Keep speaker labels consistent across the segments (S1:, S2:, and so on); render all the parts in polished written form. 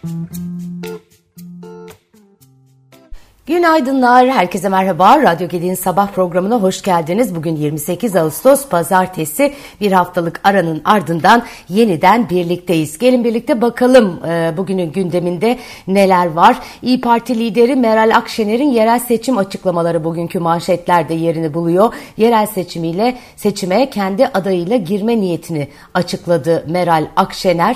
S1: Günaydınlar, herkese merhaba. Radyo Gedi'nin sabah programına hoş geldiniz. Bugün 28 Ağustos Pazartesi, bir haftalık aranın ardından yeniden birlikteyiz. Gelin birlikte bakalım bugünün gündeminde neler var. İYİ Parti lideri Meral Akşener'in yerel seçim açıklamaları bugünkü manşetlerde yerini buluyor. Yerel seçime kendi adayıyla girme niyetini açıkladı Meral Akşener.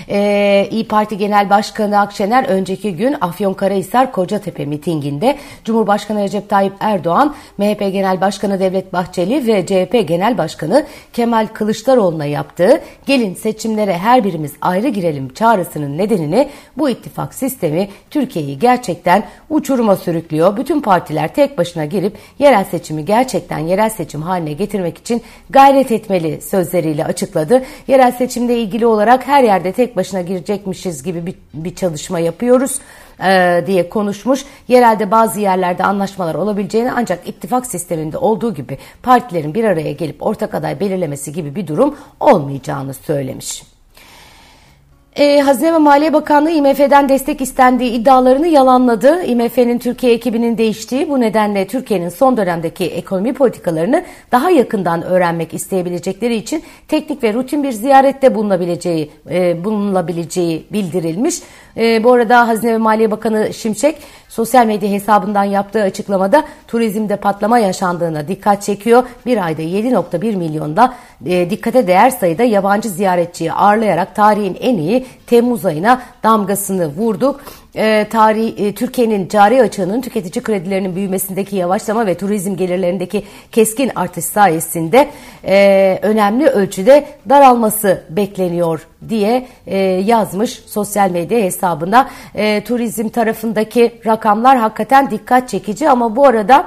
S1: İYİ Parti Genel Başkanı Akşener önceki gün Afyonkarahisar Kocatepe mitinginde Cumhurbaşkanı Recep Tayyip Erdoğan, MHP Genel Başkanı Devlet Bahçeli ve CHP Genel Başkanı Kemal Kılıçdaroğlu'na yaptığı "Gelin seçimlere her birimiz ayrı girelim" çağrısının nedenini bu ittifak sistemi Türkiye'yi gerçekten uçuruma sürüklüyor. Bütün partiler tek başına girip yerel seçimi gerçekten yerel seçim haline getirmek için gayret etmeli sözleriyle açıkladı. Yerel seçimle ilgili olarak her yerde tek başına girecekmişiz gibi bir çalışma yapıyoruz diye konuşmuş. Yerelde bazı yerlerde anlaşmalar olabileceğini, ancak ittifak sisteminde olduğu gibi partilerin bir araya gelip ortak aday belirlemesi gibi bir durum olmayacağını söylemiş. Hazine ve Maliye Bakanlığı IMF'den destek istendiği iddialarını yalanladı. IMF'nin Türkiye ekibinin değiştiği, bu nedenle Türkiye'nin son dönemdeki ekonomi politikalarını daha yakından öğrenmek isteyebilecekleri için teknik ve rutin bir ziyarette bulunulabileceği bildirilmiş. Bu arada Hazine ve Maliye Bakanı Şimşek sosyal medya hesabından yaptığı açıklamada turizmde patlama yaşandığına dikkat çekiyor. Bir ayda 7.1 milyonda dikkate değer sayıda yabancı ziyaretçiyi ağırlayarak tarihin en iyi Temmuz ayına damgasını vurdu. Türkiye'nin cari açığının tüketici kredilerinin büyümesindeki yavaşlama ve turizm gelirlerindeki keskin artış sayesinde önemli ölçüde daralması bekleniyor diye yazmış sosyal medya hesabında. Turizm tarafındaki rakamlar hakikaten dikkat çekici, ama bu arada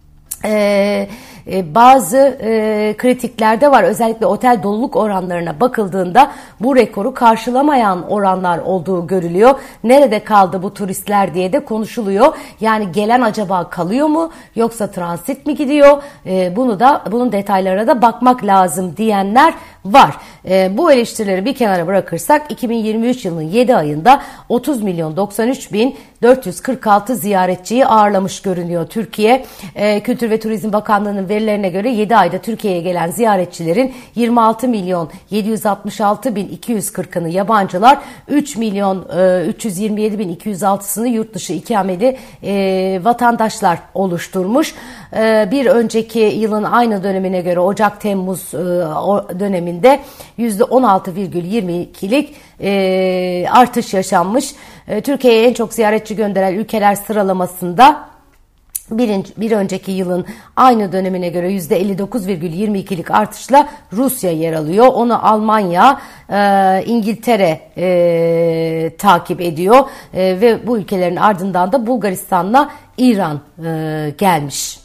S1: bazı kritiklerde var. Özellikle otel doluluk oranlarına bakıldığında bu rekoru karşılamayan oranlar olduğu görülüyor. Nerede kaldı bu turistler diye de konuşuluyor. Yani gelen acaba kalıyor mu, yoksa transit mi gidiyor? Bunun detaylarına da bakmak lazım diyenler var. Bu eleştirileri bir kenara bırakırsak 2023 yılının 7 ayında 30 milyon 93 bin 446 ziyaretçiyi ağırlamış görünüyor Türkiye. Kültür ve Turizm Bakanlığı'nın verilerine göre 7 ayda Türkiye'ye gelen ziyaretçilerin 26 milyon 766 bin 240'ını yabancılar, 3 milyon 327 bin 206'sını yurt dışı ikameli vatandaşlar oluşturmuş. Bir önceki yılın aynı dönemine göre Ocak-Temmuz döneminde %16,22'lik artış yaşanmış. Türkiye'ye en çok ziyaretçi gönderen ülkeler sıralamasında bir önceki yılın aynı dönemine göre %59,22'lik artışla Rusya yer alıyor. Onu Almanya, İngiltere takip ediyor ve bu ülkelerin ardından da Bulgaristan'la İran gelmiş.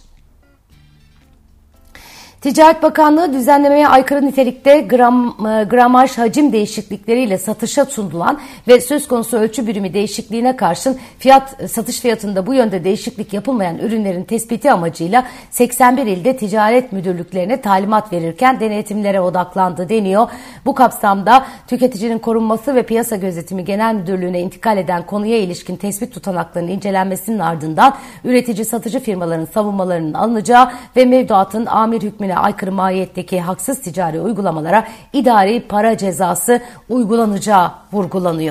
S1: Ticaret Bakanlığı düzenlemeye aykırı nitelikte gramaj hacim değişiklikleriyle satışa sunulan ve söz konusu ölçü birimi değişikliğine karşın satış fiyatında bu yönde değişiklik yapılmayan ürünlerin tespiti amacıyla 81 ilde ticaret müdürlüklerine talimat verirken denetimlere odaklandı deniyor. Bu kapsamda Tüketicinin Korunması ve Piyasa Gözetimi Genel Müdürlüğü'ne intikal eden konuya ilişkin tespit tutanaklarının incelenmesinin ardından üretici satıcı firmaların savunmalarının alınacağı ve mevduatın amir hükmüne aykırı mahiyetteki haksız ticari uygulamalara idari para cezası uygulanacağı vurgulanıyor.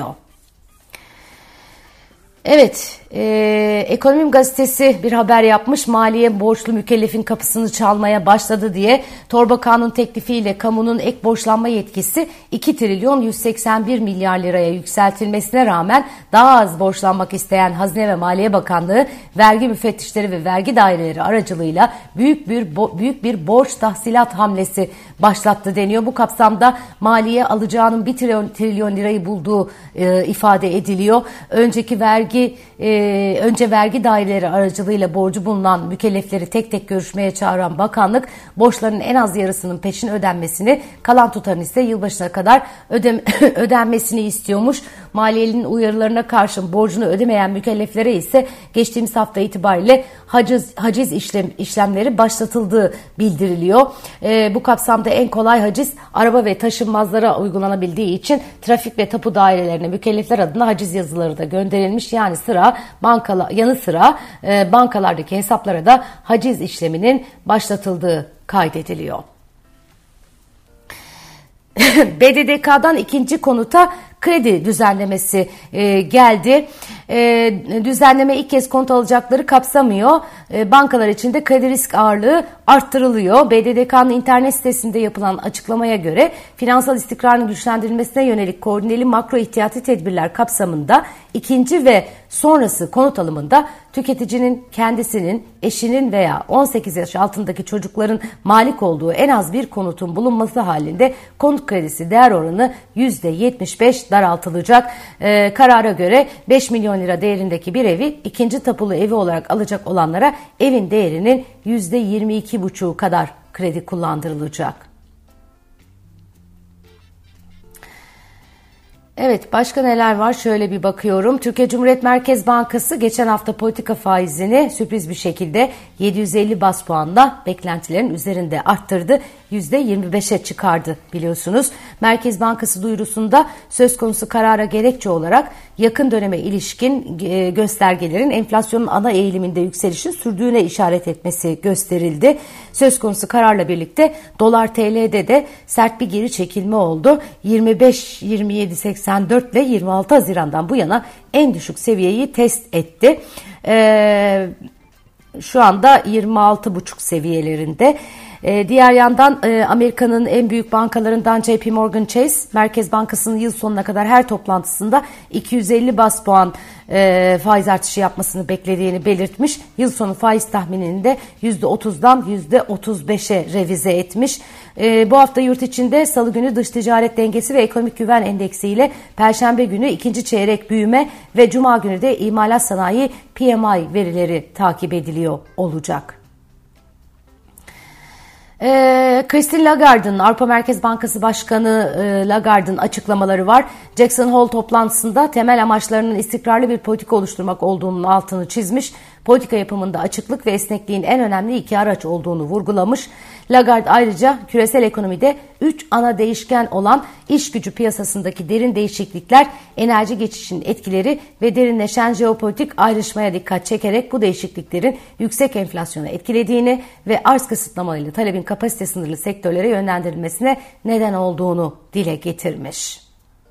S1: Evet, Ekonomim gazetesi bir haber yapmış. Maliye borçlu mükellefin kapısını çalmaya başladı diye. Torba kanun teklifiyle kamunun ek borçlanma yetkisi 2 trilyon 181 milyar liraya yükseltilmesine rağmen daha az borçlanmak isteyen Hazine ve Maliye Bakanlığı vergi müfettişleri ve vergi daireleri aracılığıyla büyük bir borç tahsilat hamlesi başlattı deniyor. Bu kapsamda maliye alacağının 1 trilyon lirayı bulduğu ifade ediliyor. Önceki vergi önce vergi daireleri aracılığıyla borcu bulunan mükellefleri tek tek görüşmeye çağıran bakanlık borçların en az yarısının peşin ödenmesini, kalan tutarın ise yılbaşına kadar ödenmesini istiyormuş. Maliyenin uyarılarına karşın borcunu ödemeyen mükelleflere ise geçtiğimiz hafta itibariyle haciz işlemleri başlatıldığı bildiriliyor. Bu kapsamda en kolay haciz araba ve taşınmazlara uygulanabildiği için trafik ve tapu dairelerine mükellefler adına haciz yazıları da gönderilmiş. Yani yanı sıra bankalardaki hesaplara da haciz işleminin başlatıldığı kaydediliyor. BDDK'dan ikinci konuta kredi düzenlemesi geldi. Düzenleme ilk kez konut alacakları kapsamıyor. Bankalar için de kredi risk ağırlığı arttırılıyor. BDDK'nın internet sitesinde yapılan açıklamaya göre finansal istikrarın güçlendirilmesine yönelik koordineli makro ihtiyati tedbirler kapsamında ikinci ve sonrası konut alımında tüketicinin kendisinin, eşinin veya 18 yaş altındaki çocukların malik olduğu en az bir konutun bulunması halinde konut kredisi değer oranı %75 daraltılacak. Karara göre 5 milyon lira değerindeki bir evi ikinci tapulu evi olarak alacak olanlara evin değerinin %22,5'u kadar kredi kullandırılacak. Evet, başka neler var? Şöyle bir bakıyorum. Türkiye Cumhuriyet Merkez Bankası geçen hafta politika faizini sürpriz bir şekilde 750 baz puanla beklentilerin üzerinde arttırdı. %25'e çıkardı biliyorsunuz. Merkez Bankası duyurusunda söz konusu karara gerekçe olarak yakın döneme ilişkin göstergelerin enflasyonun ana eğiliminde yükselişin sürdüğüne işaret etmesi gösterildi. Söz konusu kararla birlikte dolar TL'de de sert bir geri çekilme oldu. 25-27.84 ile 26 Haziran'dan bu yana en düşük seviyeyi test etti. Şu anda 26,5 seviyelerinde. Diğer yandan Amerika'nın en büyük bankalarından JP Morgan Chase, Merkez Bankası'nın yıl sonuna kadar her toplantısında 250 baz puan faiz artışı yapmasını beklediğini belirtmiş. Yıl sonu faiz tahminini de %30'dan %35'e revize etmiş. Bu hafta yurt içinde Salı günü dış ticaret dengesi ve ekonomik güven endeksi ile Perşembe günü ikinci çeyrek büyüme ve Cuma günü de imalat sanayi PMI verileri takip ediliyor olacak. Christine Lagarde'ın, Avrupa Merkez Bankası Başkanı Lagarde'ın açıklamaları var. Jackson Hole toplantısında temel amaçlarının istikrarlı bir politika oluşturmak olduğunun altını çizmiş. Politika yapımında açıklık ve esnekliğin en önemli iki araç olduğunu vurgulamış. Lagarde ayrıca küresel ekonomide 3 ana değişken olan iş gücü piyasasındaki derin değişiklikler, enerji geçişinin etkileri ve derinleşen jeopolitik ayrışmaya dikkat çekerek bu değişikliklerin yüksek enflasyona etkilediğini ve arz kısıtlamalarıyla talebin kapasite sınırlı sektörlere yönlendirilmesine neden olduğunu dile getirmiş.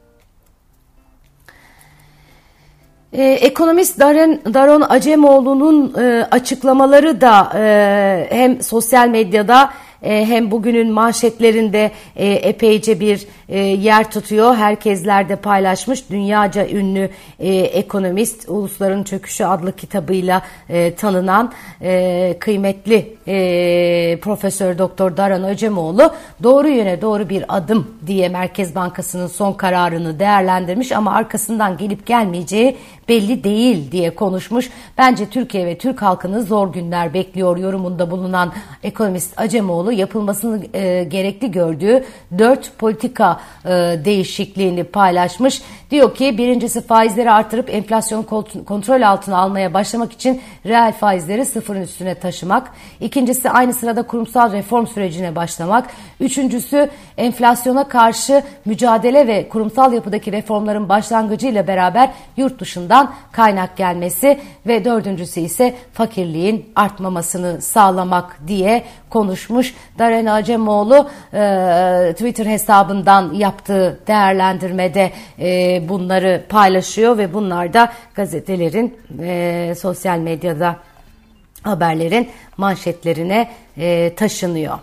S1: Ekonomist Daron Acemoğlu'nun açıklamaları da hem sosyal medyada hem bugünün manşetlerinde epeyce bir yer tutuyor. Herkesler de paylaşmış. Dünyaca ünlü ekonomist, Ulusların Çöküşü adlı kitabıyla tanınan kıymetli Profesör Doktor Daron Acemoğlu doğru yöne doğru bir adım diye Merkez Bankası'nın son kararını değerlendirmiş ama arkasından gelip gelmeyeceği belli değil diye konuşmuş. Bence Türkiye ve Türk halkını zor günler bekliyor yorumunda bulunan ekonomist Acemoğlu yapılmasını gerekli gördüğü 4 politika değişikliğini paylaşmış. Diyor ki birincisi faizleri artırıp enflasyonu kontrol altına almaya başlamak için reel faizleri sıfırın üstüne taşımak. İkincisi aynı sırada kurumsal reform sürecine başlamak. Üçüncüsü enflasyona karşı mücadele ve kurumsal yapıdaki reformların başlangıcıyla beraber yurt dışından kaynak gelmesi ve dördüncüsü ise fakirliğin artmamasını sağlamak diye konuşmuş. Daron Acemoğlu Twitter hesabından yaptığı değerlendirmede bunları paylaşıyor ve bunlar da gazetelerin, sosyal medyada haberlerin manşetlerine taşınıyor.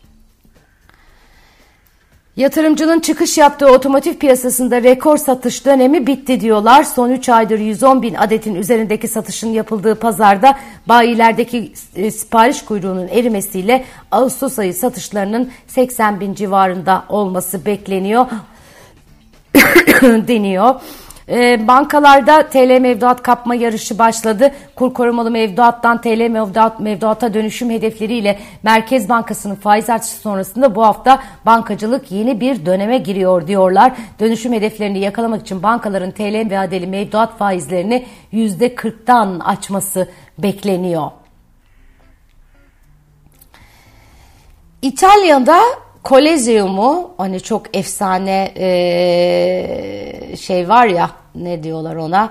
S1: Yatırımcının çıkış yaptığı otomotiv piyasasında rekor satış dönemi bitti diyorlar. Son 3 aydır 110 bin adetin üzerindeki satışın yapıldığı pazarda bayilerdeki sipariş kuyruğunun erimesiyle Ağustos ayı satışlarının 80 bin civarında olması bekleniyor deniyor. Bankalarda TL mevduat kapma yarışı başladı. Kur korumalı mevduattan TL mevduata dönüşüm hedefleriyle Merkez Bankası'nın faiz artışı sonrasında bu hafta bankacılık yeni bir döneme giriyor diyorlar. Dönüşüm hedeflerini yakalamak için bankaların TL vadeli mevduat faizlerini %40'tan açması bekleniyor. İtalya'da Kolezyumu, hani çok efsane şey var ya, ne diyorlar ona,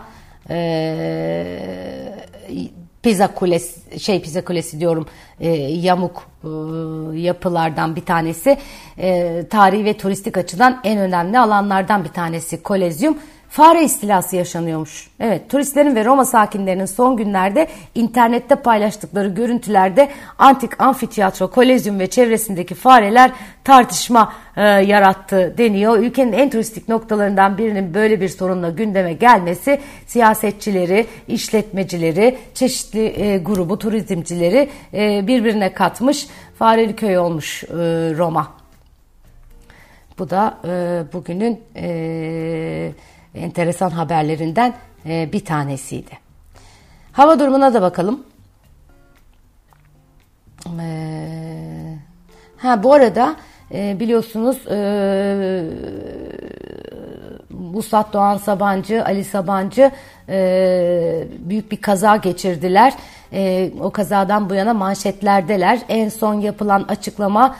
S1: Pisa Kulesi diyorum, yamuk yapılardan bir tanesi, tarihi ve turistik açıdan en önemli alanlardan bir tanesi Kolezyum. Fare istilası yaşanıyormuş. Evet, turistlerin ve Roma sakinlerinin son günlerde internette paylaştıkları görüntülerde antik amfiteyatro, Kolezyum ve çevresindeki fareler tartışma yarattı deniyor. Ülkenin en turistik noktalarından birinin böyle bir sorunla gündeme gelmesi siyasetçileri, işletmecileri, çeşitli grubu, turizmcileri birbirine katmış. Fareli köy olmuş Roma. Bu da bugünün enteresan haberlerinden bir tanesiydi. Hava durumuna da bakalım. Bu arada biliyorsunuz Vuslat Doğan Sabancı, Ali Sabancı büyük bir kaza geçirdiler. O kazadan bu yana manşetlerdeler. En son yapılan açıklama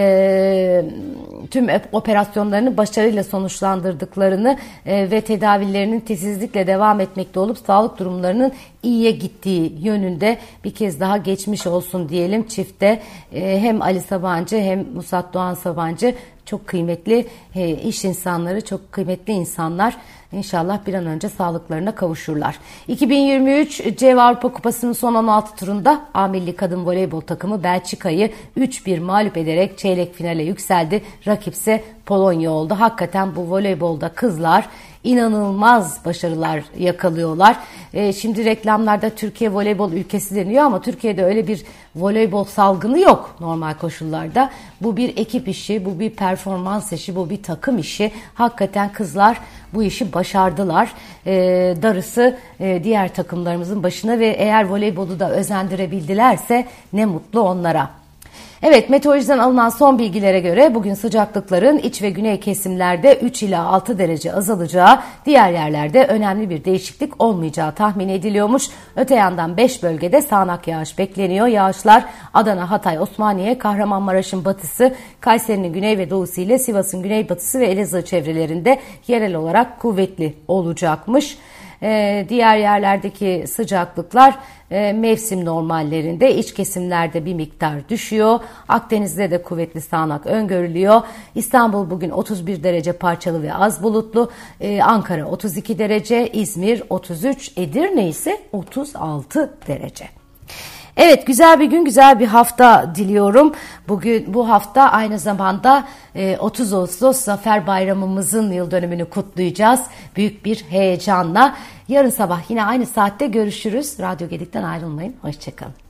S1: tüm operasyonlarını başarıyla sonuçlandırdıklarını ve tedavilerinin titizlikle devam etmekte olup sağlık durumlarının iyiye gittiği yönünde. Bir kez daha geçmiş olsun diyelim çifte. Hem Ali Sabancı hem Vuslat Doğan Sabancı çok kıymetli iş insanları, çok kıymetli insanlar. İnşallah bir an önce sağlıklarına kavuşurlar. 2023 CEV Avrupa Kupası'nın son 16 turunda A Milli Kadın Voleybol takımı Belçika'yı 3-1 mağlup ederek çeyrek finale yükseldi. Rakipse Polonya oldu. Hakikaten bu voleybolda kızlar inanılmaz başarılar yakalıyorlar. Şimdi reklamlarda Türkiye voleybol ülkesi deniyor ama Türkiye'de öyle bir voleybol salgını yok normal koşullarda. Bu bir ekip işi, bu bir performans işi, bu bir takım işi. Hakikaten kızlar bu işi başardılar. Darısı diğer takımlarımızın başına ve eğer voleybolu da özendirebildilerse ne mutlu onlara. Evet, meteorolojiden alınan son bilgilere göre bugün sıcaklıkların iç ve güney kesimlerde 3 ila 6 derece azalacağı, diğer yerlerde önemli bir değişiklik olmayacağı tahmin ediliyormuş. Öte yandan 5 bölgede sağanak yağış bekleniyor. Yağışlar Adana, Hatay, Osmaniye, Kahramanmaraş'ın batısı, Kayseri'nin güney ve doğusu ile Sivas'ın güneybatısı ve Elazığ çevrelerinde yerel olarak kuvvetli olacakmış. Diğer yerlerdeki sıcaklıklar mevsim normallerinde, iç kesimlerde bir miktar düşüyor. Akdeniz'de de kuvvetli sağanak öngörülüyor. İstanbul bugün 31 derece parçalı ve az bulutlu. Ankara 32 derece, İzmir 33, Edirne ise 36 derece. Evet, güzel bir gün, güzel bir hafta diliyorum. Bu hafta aynı zamanda 30 Ağustos Zafer Bayramımızın yıl dönümünü kutlayacağız. Büyük bir heyecanla. Yarın sabah yine aynı saatte görüşürüz. Radyo Gedik'ten ayrılmayın. Hoşçakalın.